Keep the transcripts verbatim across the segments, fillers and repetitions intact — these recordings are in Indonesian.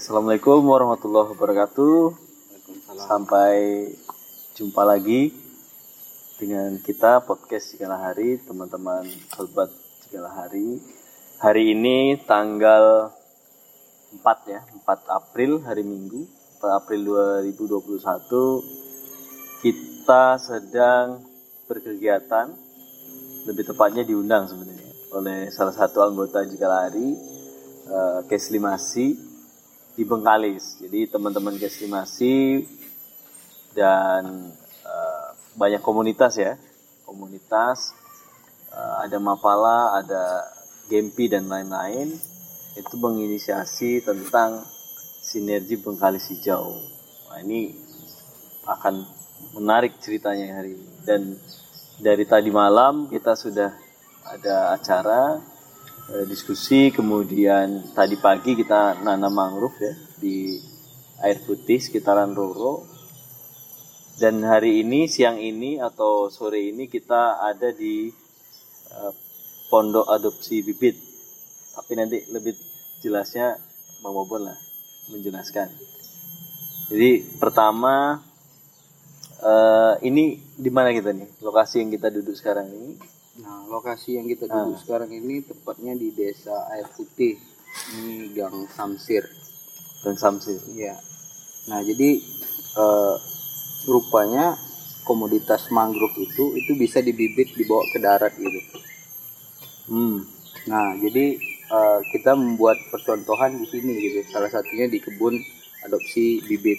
Assalamualaikum warahmatullahi wabarakatuh. Sampai jumpa lagi dengan kita podcast Segala Hari, teman-teman sobat Segala Hari. Hari ini tanggal empat ya, empat April, hari Minggu, empat April dua ribu dua puluh satu. Kita sedang berkegiatan, lebih tepatnya diundang sebenarnya oleh salah satu anggota Segala Hari, uh, Keslimasi di Bengkalis. Jadi teman-teman Keslimasi dan uh, banyak komunitas ya, komunitas uh, ada Mapala, ada Gempi dan lain-lain, itu menginisiasi tentang sinergi Bengkalis hijau. Nah, ini akan menarik ceritanya hari ini. Dan dari tadi malam kita sudah ada acara eh, diskusi, kemudian tadi pagi kita nanam mangrove ya di air putih sekitaran Roro. Dan hari ini, siang ini atau sore ini kita ada di uh, Pondok Adopsi Bibit. Tapi nanti lebih jelasnya Bang Bobon lah menjelaskan. Jadi pertama uh, ini di mana kita nih? Lokasi yang kita duduk sekarang ini. Nah, lokasi yang kita duduk nah. sekarang ini tepatnya di Desa Air Putih. Ini Gang Samsir. Gang Samsir. Iya. Nah, jadi uh, rupanya komoditas mangrove itu itu bisa dibibit dibawa ke darat gitu. Hmm. Nah, jadi uh, kita membuat percontohan di sini gitu. Salah satunya di kebun adopsi bibit.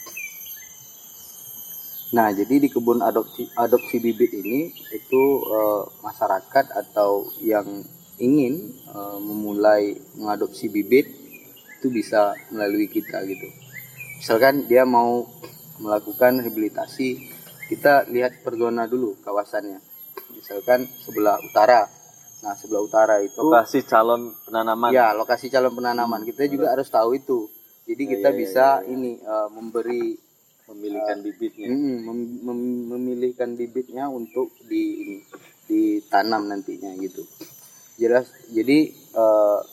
Nah, jadi di kebun adopsi adopsi bibit ini itu uh, masyarakat atau yang ingin uh, memulai mengadopsi bibit itu bisa melalui kita gitu. Misalkan dia mau melakukan rehabilitasi, kita lihat per zona dulu kawasannya. Misalkan sebelah utara. Nah, sebelah utara itu lokasi calon penanaman. Ya, lokasi calon penanaman. Kita juga hmm. harus tahu itu. Jadi kita ya, ya, bisa ya, ya. ini uh, memberi memilihkan uh, bibitnya. Mm, mem- mem- memilihkan bibitnya untuk di ini ditanam nantinya gitu. Jelas. Jadi uh,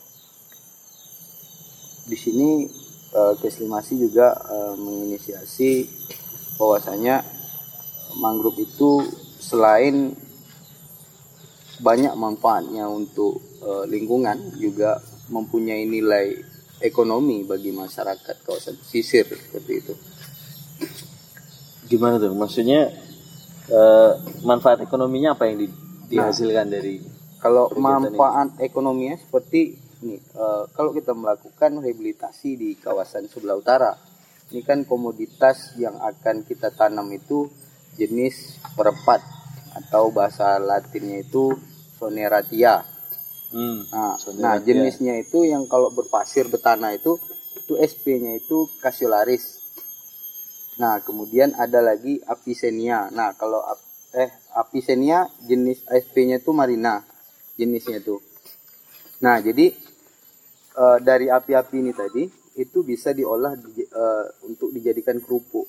di sini Uh, Keslimasi juga uh, menginisiasi bahwasanya mangrove itu selain banyak manfaatnya untuk uh, lingkungan, juga mempunyai nilai ekonomi bagi masyarakat kawasan pesisir seperti itu. Gimana tuh? Maksudnya uh, manfaat ekonominya apa yang di, dihasilkan nah, dari kalau manfaat ini? Ekonominya seperti Nih, uh, kalau kita melakukan rehabilitasi di kawasan sebelah utara, ini kan komoditas yang akan kita tanam itu jenis perepat atau bahasa Latinnya itu Soneratia. Hmm, nah, Soneratia. nah, jenisnya itu yang kalau berpasir bertanah itu itu S P-nya itu Cassiolaris. Nah, kemudian ada lagi Avicennia. Nah, kalau eh Avicennia jenis S P-nya itu Marina jenisnya itu. Nah, jadi Uh, dari api-api ini tadi itu bisa diolah di, uh, untuk dijadikan kerupuk.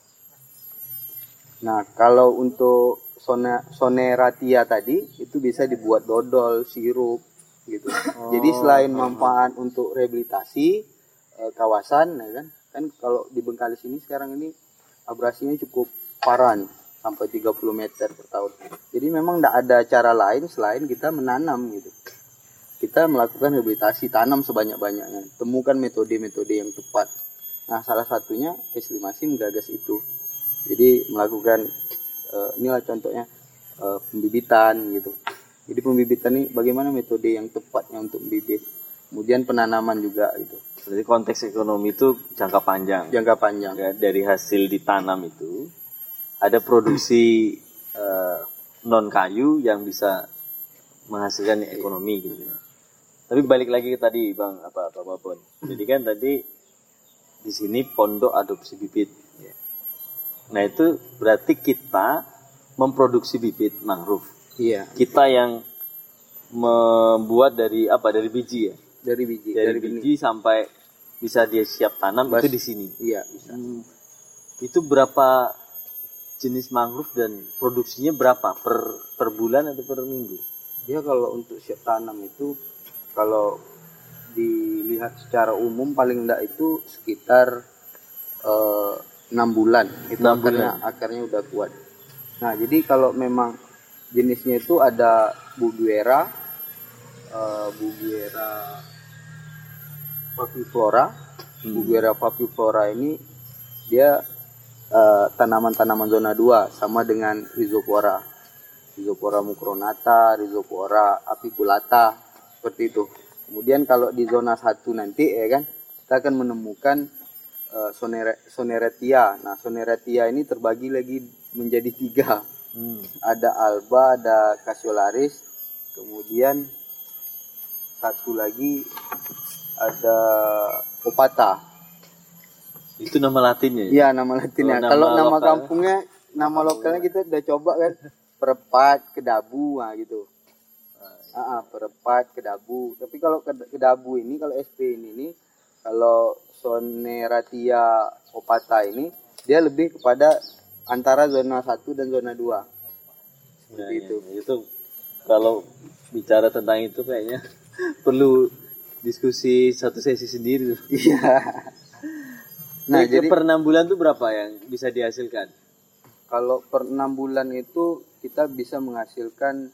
Nah, kalau untuk sone, soneratia tadi itu bisa dibuat dodol, sirup gitu. Oh. Jadi selain manfaat untuk rehabilitasi uh, kawasan, ya kan, kan kalau di Bengkalis ini sekarang ini abrasinya cukup parah nih, sampai tiga puluh meter per tahun. Jadi memang tidak ada cara lain selain kita menanam gitu. Kita melakukan rehabilitasi, tanam sebanyak-banyaknya, temukan metode-metode yang tepat. Nah, salah satunya Keslimasi menggagas itu. Jadi melakukan uh, inilah contohnya uh, pembibitan gitu. Jadi pembibitan ini bagaimana metode yang tepatnya untuk membibit. Kemudian penanaman juga gitu. Jadi konteks ekonomi itu jangka panjang. Jangka panjang. Ya, dari hasil ditanam itu ada produksi uh, non kayu yang bisa menghasilkan ekonomi gitu ya. Tapi balik lagi ke tadi Bang apa apa Babon. Jadi kan tadi di sini Pondok Adopsi Bibit. Nah, itu berarti kita memproduksi bibit mangrove. Iya. Kita yang membuat dari apa? Dari biji ya. Dari biji. Dari, dari biji benih. Sampai bisa dia siap tanam. Bas, itu di sini. Iya, bisa. Hmm, itu berapa jenis mangrove dan produksinya berapa per per bulan atau per minggu? Dia kalau untuk siap tanam itu kalau dilihat secara umum paling enggak itu sekitar eh, enam bulan itu Enam akarnya bulan. akarnya udah kuat. Nah jadi kalau memang jenisnya itu ada Bouguera, eh, Bouguera Papiflora. Hmm. Bouguera Papiflora ini dia eh, tanaman-tanaman zona dua sama dengan Rhizopora. Rhizopora mucronata, Rhizopora apiculata, seperti itu. Kemudian kalau di zona satu nanti ya kan kita akan menemukan uh, Sonere, Soneretia. Nah, Soneretia ini terbagi lagi menjadi tiga. Hmm. Ada Alba, ada Cassiolaris, kemudian satu lagi ada Opata. Itu nama latinnya ya? Iya, nama latinnya. Kalau Kalau nama nama lokal- kampungnya, nama lokalnya kita udah coba kan, Perepat, Kedabu, nah gitu. Ah, ah, Perepat, Kedabu. Tapi kalau Ked- Kedabu ini, kalau S P ini nih, kalau Soneratia opata ini, dia lebih kepada antara zona satu dan zona dua. Nah, Seperti itu. ya, itu kalau bicara tentang itu kayaknya perlu diskusi satu sesi sendiri tuh. Iya. Nah, Nah, jadi jadi per enam bulan tuh berapa yang bisa dihasilkan? kalau per enam bulan itu kita bisa menghasilkan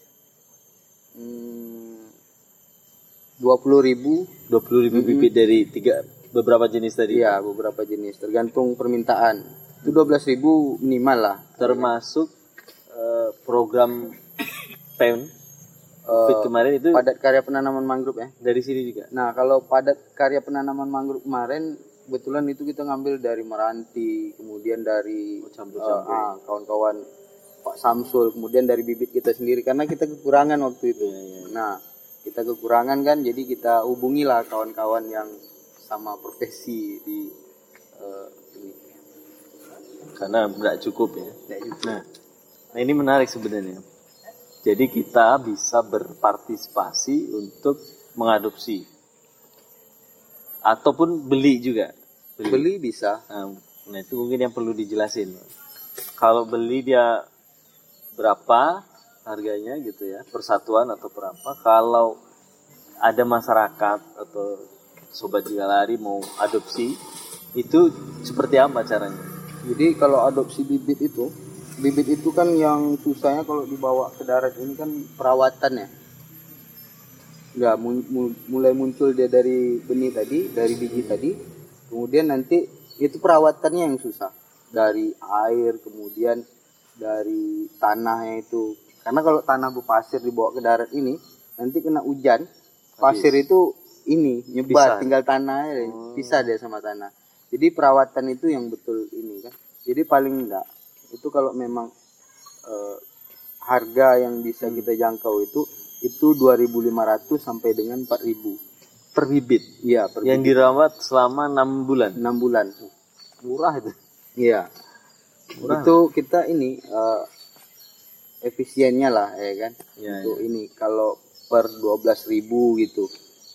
hmm, dua puluh ribu. dua puluh ribu Mm-mm. bibit dari tiga beberapa jenis tadi. Iya, beberapa jenis tergantung permintaan. Itu dua belas ribu minimal lah. Termasuk eh, program P E N Eh, Fit kemarin itu padat karya penanaman mangrove ya. dari sini juga. Nah, kalau padat karya penanaman mangrove kemarin kebetulan itu kita ngambil dari Meranti, kemudian dari Oh, campur-campur. eh, ah, kawan-kawan Pak Samsul, kemudian dari bibit kita sendiri karena kita kekurangan waktu itu. Iya, iya. Nah, kita kekurangan kan, jadi kita hubungilah kawan-kawan yang sama profesi di eh, ini. Karena nggak cukup ya. Ya, itu. Nah, nah ini menarik sebenarnya. Jadi kita bisa berpartisipasi untuk mengadopsi ataupun beli juga. Beli bisa. Nah, nah, itu mungkin yang perlu dijelasin. Kalau beli dia berapa harganya gitu ya, persatuan atau berapa. Kalau ada masyarakat atau sobat juga lari mau adopsi, itu seperti apa caranya? Jadi kalau adopsi bibit itu, bibit itu kan yang susahnya kalau dibawa ke darat ini kan perawatannya. Nggak, mu- mu- mulai muncul dia dari benih tadi, dari biji tadi, kemudian nanti itu perawatannya yang susah. Dari air, kemudian dari tanahnya itu. Karena kalau tanah berpasir dibawa ke darat ini, nanti kena hujan, pasir itu ini nyebar, Pisah. tinggal tanahnya, Oh. pisah dia sama tanah. Jadi perawatan itu yang betul ini kan. Jadi paling enggak itu kalau memang eh, harga yang bisa Hmm. kita jangkau itu itu dua ribu lima ratus sampai dengan empat ribu Per bibit iya per yang bibit. dirawat selama enam bulan. enam bulan. Murah itu. Iya. Murah. Itu kita ini eh, efisiennya lah ya kan. Ya, Untuk ini kalau per dua belas ribu gitu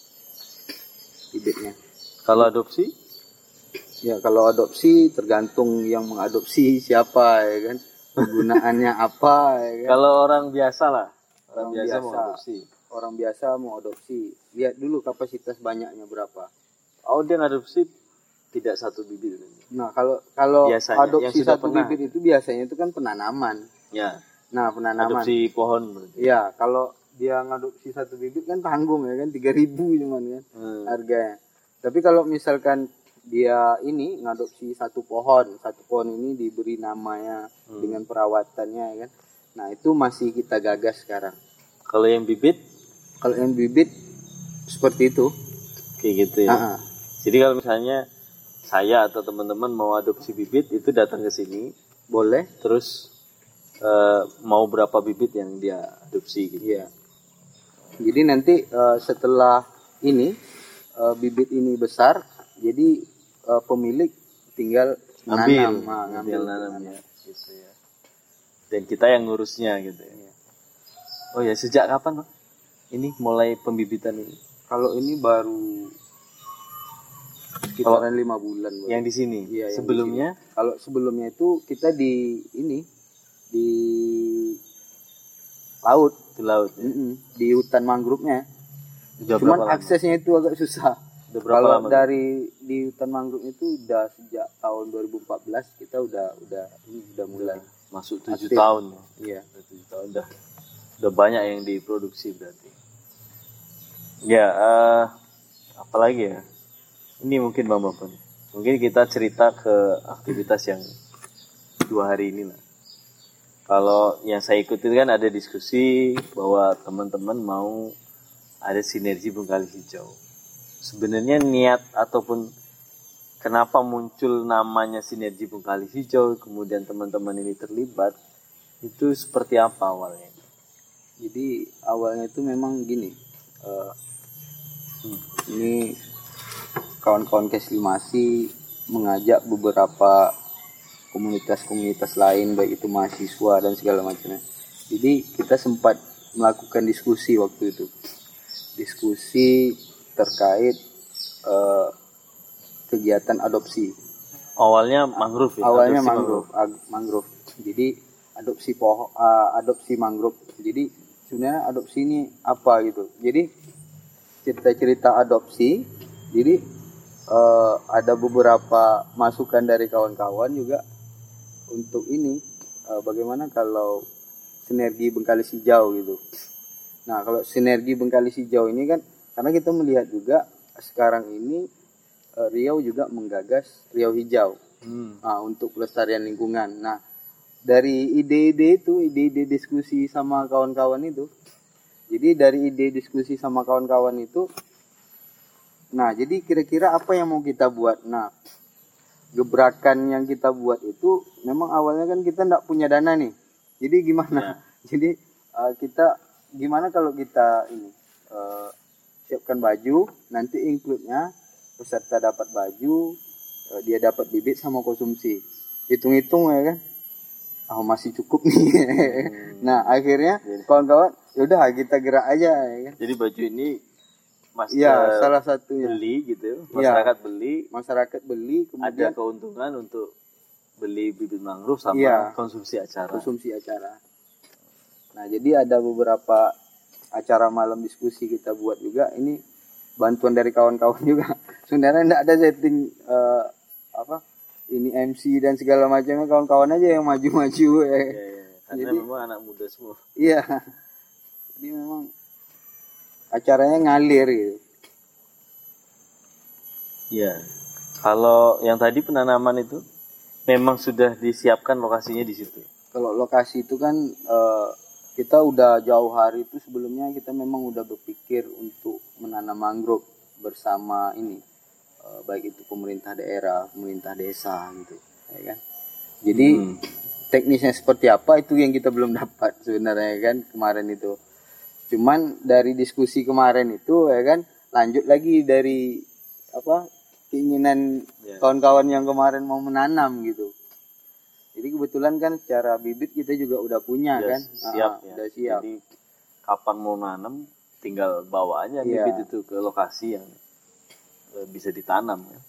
bibitnya. Kalau adopsi Ya kalau adopsi tergantung yang mengadopsi siapa ya kan. Penggunaannya apa ya kan. kalau orang biasa lah, orang, Orang biasa, mau biasa. adopsi. Orang biasa mau adopsi, lihat dulu kapasitas banyaknya berapa. Oh, dia ngadopsi tidak satu bibit. Nah kalau kalau Biasanya, yang adopsi sudah satu pernah. bibit itu biasanya itu kan penanaman. Ya, Nah penanaman. adopsi pohon berarti. Iya kalau dia ngadopsi satu bibit kan tanggung ya kan tiga ribu cuman kan Hmm. harganya. Tapi kalau misalkan dia ini ngadopsi satu pohon, satu pohon ini diberi namanya Hmm. dengan perawatannya ya kan. Nah itu masih kita gagas sekarang. Kalau yang bibit Kalau yang bibit seperti itu. kayak gitu ya. Ah, ah. Jadi kalau misalnya saya atau teman-teman mau adopsi bibit itu datang ke sini, Boleh. terus eh, mau berapa bibit yang dia adopsi gitu. Iya. Jadi nanti eh, setelah ini eh, bibit ini besar, jadi eh, pemilik tinggal Ambil, menanam, ah, ambil ngambil nanamnya gitu ya. Dan kita yang ngurusnya gitu ya. Oh ya, sejak kapan, Pak? Ini mulai pembibitan ini? Kalau ini baru sekitaran lima bulan. baru. Yang di sini. Iya, yang di Sebelumnya sini. Kalau sebelumnya itu kita di ini di laut, di laut. Ya? Mm-mm, di hutan mangrove-nya. Udah Cuman berapa lama? aksesnya itu agak susah. Udah berapa Kalau lama? dari di hutan mangrove itu udah sejak tahun dua ribu empat belas kita udah udah ini udah mulai Masuk tujuh aktif. tahun. Iya. Udah tujuh tahun udah udah banyak yang diproduksi berarti. Ya, uh, apalagi ya? Ini mungkin Bang Bapak. Mungkin kita cerita ke aktivitas yang dua hari ini lah. Kalau yang saya ikuti kan ada diskusi bahwa teman-teman mau ada sinergi Bengkali Hijau. Sebenarnya niat ataupun kenapa muncul namanya sinergi Bengkali Hijau, kemudian teman-teman ini terlibat, itu seperti apa awalnya? Jadi awalnya itu memang gini, uh, ini kawan-kawan Keslimasi mengajak beberapa komunitas-komunitas lain, baik itu mahasiswa dan segala macamnya. Jadi kita sempat melakukan diskusi waktu itu, diskusi terkait uh, kegiatan adopsi. Awalnya mangrove ya? Awalnya Adopsi mangrove, ag- mangrove. Jadi adopsi pohon, uh, adopsi mangrove. Jadi sebenarnya adopsi ini apa gitu? Jadi cerita-cerita adopsi. Jadi uh, ada beberapa masukan dari kawan-kawan juga untuk ini uh, bagaimana kalau sinergi Bengkalis Hijau gitu. Nah kalau sinergi Bengkalis Hijau ini kan karena kita melihat juga sekarang ini uh, Riau juga menggagas Riau Hijau Hmm. uh, untuk pelestarian lingkungan. Nah dari ide-ide itu, ide-ide diskusi sama kawan-kawan itu, jadi dari ide diskusi sama kawan-kawan itu, nah jadi kira-kira apa yang mau kita buat? Nah gebrakan yang kita buat itu memang awalnya kan kita tidak punya dana nih. Jadi gimana? Ya. Jadi uh, kita gimana kalau kita ini uh, siapkan baju, nanti include-nya peserta dapat baju, uh, dia dapat bibit sama konsumsi. Hitung-hitung ya kan? Oh masih cukup nih. Hmm. Nah akhirnya kawan-kawan, yaudah kita gerak aja ya kan? Jadi baju ini Mas Iya, salah satunya. beli gitu, Iya. masyarakat beli, Masyarakat beli, ada kemudian keuntungan untuk beli bibit mangrove sama Iya. konsumsi acara. konsumsi acara. Nah, jadi ada beberapa acara malam diskusi kita buat juga. Ini bantuan dari kawan-kawan juga. Sebenarnya enggak ada setting eh, apa? Ini M C dan segala macamnya, kawan-kawan aja yang maju-maju ya. Ya, ya. Karena Jadi- memang anak muda semua. Iya. Jadi memang acaranya ngalir gitu. Ya. Kalau yang tadi penanaman itu memang sudah disiapkan lokasinya di situ. Kalau lokasi itu kan eh, kita udah jauh hari itu sebelumnya kita memang udah berpikir untuk menanam mangrove bersama ini eh, baik itu pemerintah daerah, pemerintah desa gitu, ya kan. Jadi Hmm. teknisnya seperti apa itu yang kita belum dapat sebenarnya kan kemarin itu. Cuman dari diskusi kemarin itu ya kan lanjut lagi dari apa keinginan Ya. kawan-kawan yang kemarin mau menanam gitu. Jadi kebetulan kan secara bibit kita juga udah punya Udah kan. siap Ah, ya. Udah siap. Jadi kapan mau nanam tinggal bawa aja Iya. bibit itu ke lokasi yang eh, bisa ditanam ya.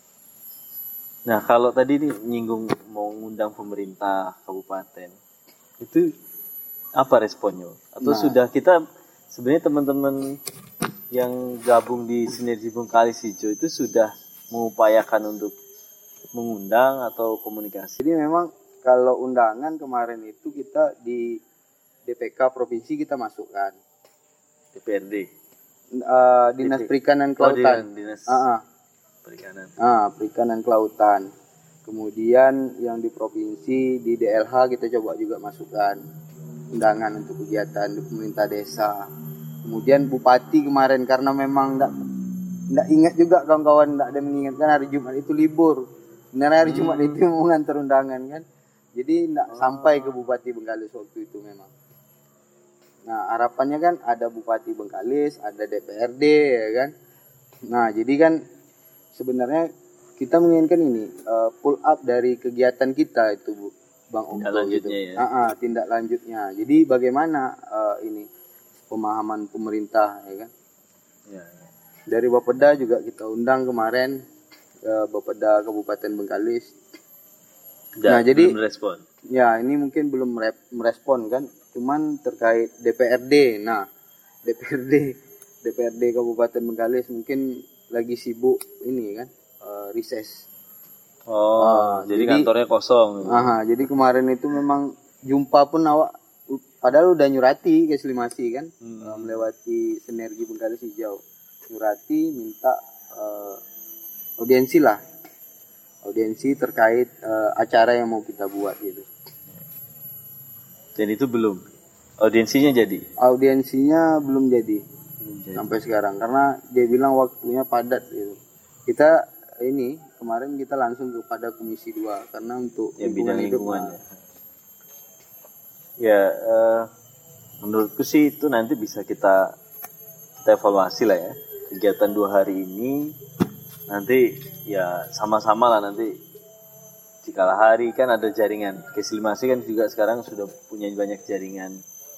Nah, kalau tadi nih nyinggung mau ngundang pemerintah kabupaten, itu apa responnya? Atau Nah. sudah kita sebenarnya teman-teman yang gabung di Sinergi Bengkalis Hijau itu sudah mengupayakan untuk mengundang atau komunikasi? Jadi memang kalau undangan kemarin itu kita di D P K provinsi kita masukkan. D P R D. Eh, Dinas D P Perikanan Oh, Kelautan. Dinas Ah, ah. Perikanan. Ah, Perikanan Kelautan. Kemudian yang di provinsi di D L H kita coba juga masukkan undangan untuk kegiatan di pemerintah desa. Kemudian Bupati kemarin karena memang enggak enggak ingat juga kawan-kawan enggak ada mengingatkan hari Jumat itu libur. Sebenarnya hari Jumat itu mau ngantar undangan kan. Jadi enggak sampai ke Bupati Bengkalis waktu itu memang. Nah, harapannya kan ada Bupati Bengkalis, ada D P R D ya kan. Nah, jadi kan sebenarnya kita menginginkan ini uh, pull up dari kegiatan kita itu Bu, Bang Om. Tindak lanjutnya ya. Ah, ah, tindak lanjutnya. Jadi bagaimana uh, ini pemahaman pemerintah ya kan. Ya, ya. Dari Bapeda juga kita undang kemarin uh, Bapeda Kabupaten Bengkalis. Tidak, Nah, jadi- belum respon. Ya, ini mungkin belum merep- merespon kan. Cuman terkait D P R D. Nah, D P R D D P R D Kabupaten Bengkalis mungkin lagi sibuk ini kan uh, reses. Oh, uh, jadi, jadi kantornya kosong. Aha, jadi kemarin itu memang jumpa pun awak padahal udah nyurati ke Slimasi kan, hmm. uh, melewati Sinergi Bengkalis Hijau. Nyurati minta uh, audiensi lah. Audiensi terkait uh, acara yang mau kita buat gitu. Dan itu belum. Audiensinya jadi? Audiensinya belum jadi. Belum jadi. Sampai sekarang karena dia bilang waktunya padat gitu. Kita ini kemarin kita langsung kepada Komisi dua karena untuk ya, bidang lingkungan. Ya, uh, menurutku sih itu nanti bisa kita kita evaluasi lah ya. Kegiatan dua hari ini nanti ya sama-sama lah nanti di kala hari kan ada jaringan. Keslimasi kan juga sekarang sudah punya banyak jaringan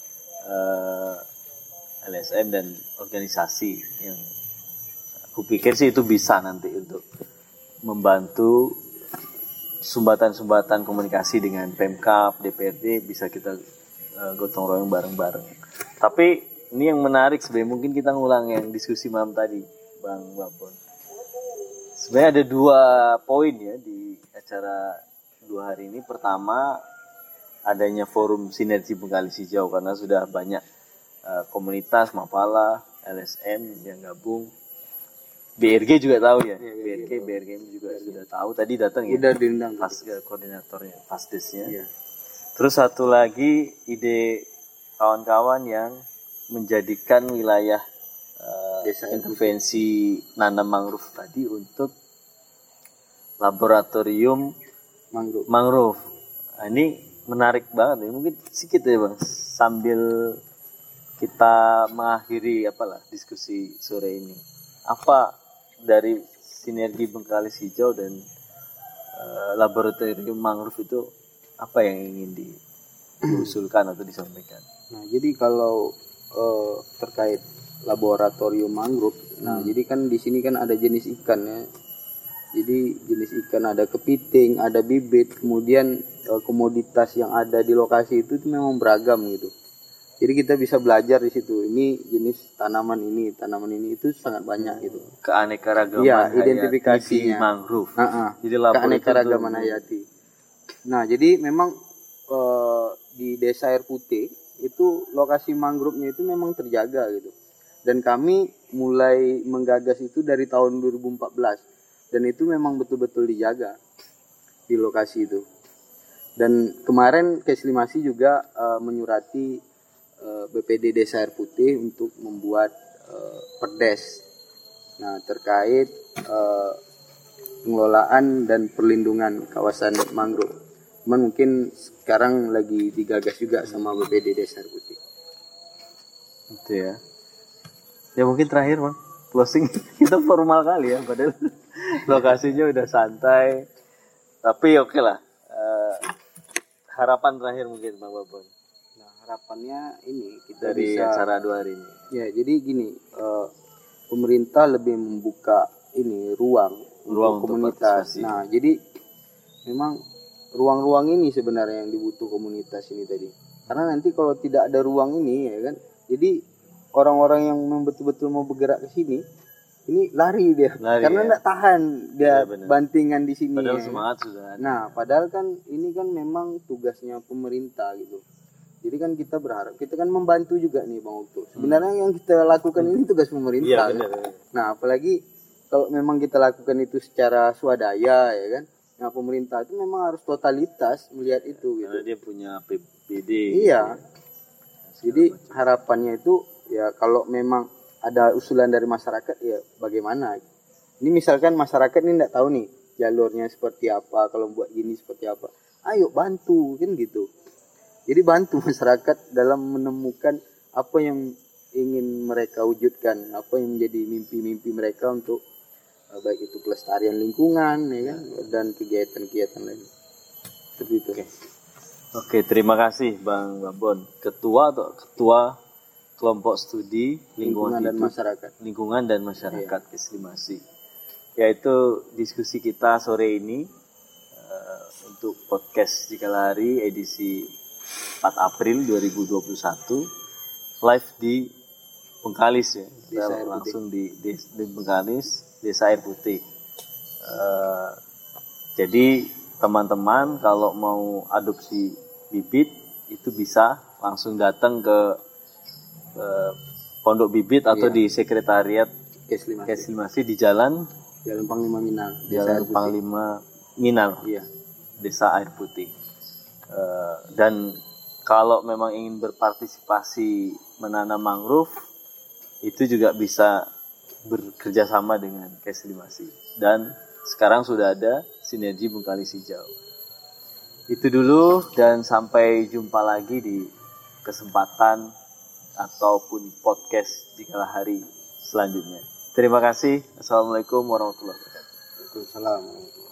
uh, L S M dan organisasi yang aku pikir sih itu bisa nanti untuk membantu sumbatan-sumbatan komunikasi dengan Pemkab, D P R D bisa kita uh, gotong royong bareng-bareng. Tapi ini yang menarik sebenarnya mungkin kita ngulang yang diskusi malam tadi, Bang Babon. Sebenarnya ada dua poin ya di acara dua hari ini. Pertama, adanya forum Sinergi Bengkalis Hijau karena sudah banyak uh, komunitas Mapala, L S M yang gabung. B R G juga tahu ya, ya B R G, ya, B R G juga ya, sudah tahu. Tadi datang ya, udah diundang pas koordinatornya, Fasdesnya. Ya. Terus satu lagi ide kawan-kawan yang menjadikan wilayah uh, Desa intervensi nanam mangrove tadi untuk laboratorium mangrove. mangrove. Nah, ini menarik banget nih. Mungkin sedikit ya Bang, sambil kita mengakhiri apalah diskusi sore ini. Apa dari Sinergi Bengkalis Hijau dan uh, laboratorium mangrove itu apa yang ingin di, diusulkan atau disampaikan? Nah, jadi kalau uh, terkait laboratorium mangrove, hmm. nah jadi kan di sini kan ada jenis ikan ya. Jadi jenis ikan ada kepiting, ada bibit, kemudian uh, komoditas yang ada di lokasi itu, itu memang beragam gitu. Jadi kita bisa belajar di situ. Ini jenis tanaman ini, tanaman ini itu sangat banyak gitu. Keanekaragaman ya, identifikasinya. Mangrove. Uh-uh. Jadi keanekaragaman hayati. Nah, jadi memang uh, di Desa Air Putih itu lokasi mangrove-nya itu memang terjaga gitu. Dan kami mulai menggagas itu dari tahun dua ribu empat belas dan itu memang betul-betul dijaga di lokasi itu. Dan kemarin Keslimasi juga uh, menyurati B P D Desa Air Putih untuk membuat uh, perdes. Nah, terkait uh, pengelolaan dan perlindungan kawasan mangrove. Cuman mungkin sekarang lagi digagas juga sama B P D Desa Air Putih. Itu ya. Ya mungkin terakhir Bang, closing kita formal kali ya, padahal lokasinya udah santai. Tapi oke okay lah. Uh, harapan terakhir mungkin Bang Babon. Harapannya ini kita dari bisa, acara dua hari ini. Ya, jadi gini, uh, pemerintah lebih membuka ini ruang, ruang untuk komunitas. Nah, jadi memang ruang-ruang ini sebenarnya yang dibutuh komunitas ini tadi. Karena nanti kalau tidak ada ruang ini ya kan, jadi orang-orang yang betul-betul mau bergerak ke sini, ini lari dia, lari, karena tidak ya? tahan dia ya, bantingan di sini. Padahal ya. semangat sudah ada. Nah, padahal kan ini kan memang tugasnya pemerintah gitu. Jadi kan kita berharap, kita kan membantu juga nih Bang Okto. Sebenarnya hmm. yang kita lakukan ini tugas pemerintah. Iya, benar, benar. Nah, apalagi kalau memang kita lakukan itu secara swadaya ya kan. Nah, pemerintah itu memang harus totalitas melihat itu gitu. Karena dia punya P B D. Iya. Gitu. Jadi harapannya itu ya kalau memang ada usulan dari masyarakat ya bagaimana. Ini misalkan masyarakat ini tidak tahu nih jalurnya seperti apa, kalau buat gini seperti apa. Ayo bantu kan gitu. Jadi bantu masyarakat dalam menemukan apa yang ingin mereka wujudkan, apa yang menjadi mimpi-mimpi mereka untuk uh, baik itu pelestarian lingkungan, ya kan, dan kegiatan-kegiatan lain. Seperti itu. Oke. Oke, terima kasih Bang Babon, Ketua atau Ketua Kelompok Studi Lingkungan, lingkungan dan Hidup, Masyarakat, Lingkungan dan Masyarakat iya. Keslimasi. Yaitu diskusi kita sore ini uh, untuk podcast Cikal Hari edisi empat April dua ribu dua puluh satu live di Bengkalis ya. Desa Kita Air Putih. langsung di, di, di Bengkalis, Desa Air Putih. Uh, jadi teman-teman kalau mau adopsi bibit itu bisa langsung datang ke uh, pondok bibit atau Iya. di sekretariat Keslimasi. Keslimasi di jalan Jalan Panglima Minang. Desa Jalan Air Putih. Panglima Minang, Iya. Desa Air Putih. Uh, dan kalau memang ingin berpartisipasi menanam mangrove, itu juga bisa bekerja sama dengan Keslimasi. Dan sekarang sudah ada sinergi Bengkalis Hijau. Itu dulu dan sampai jumpa lagi di kesempatan ataupun podcast di kala hari selanjutnya. Terima kasih. Assalamualaikum warahmatullahi wabarakatuh. Waalaikumsalam.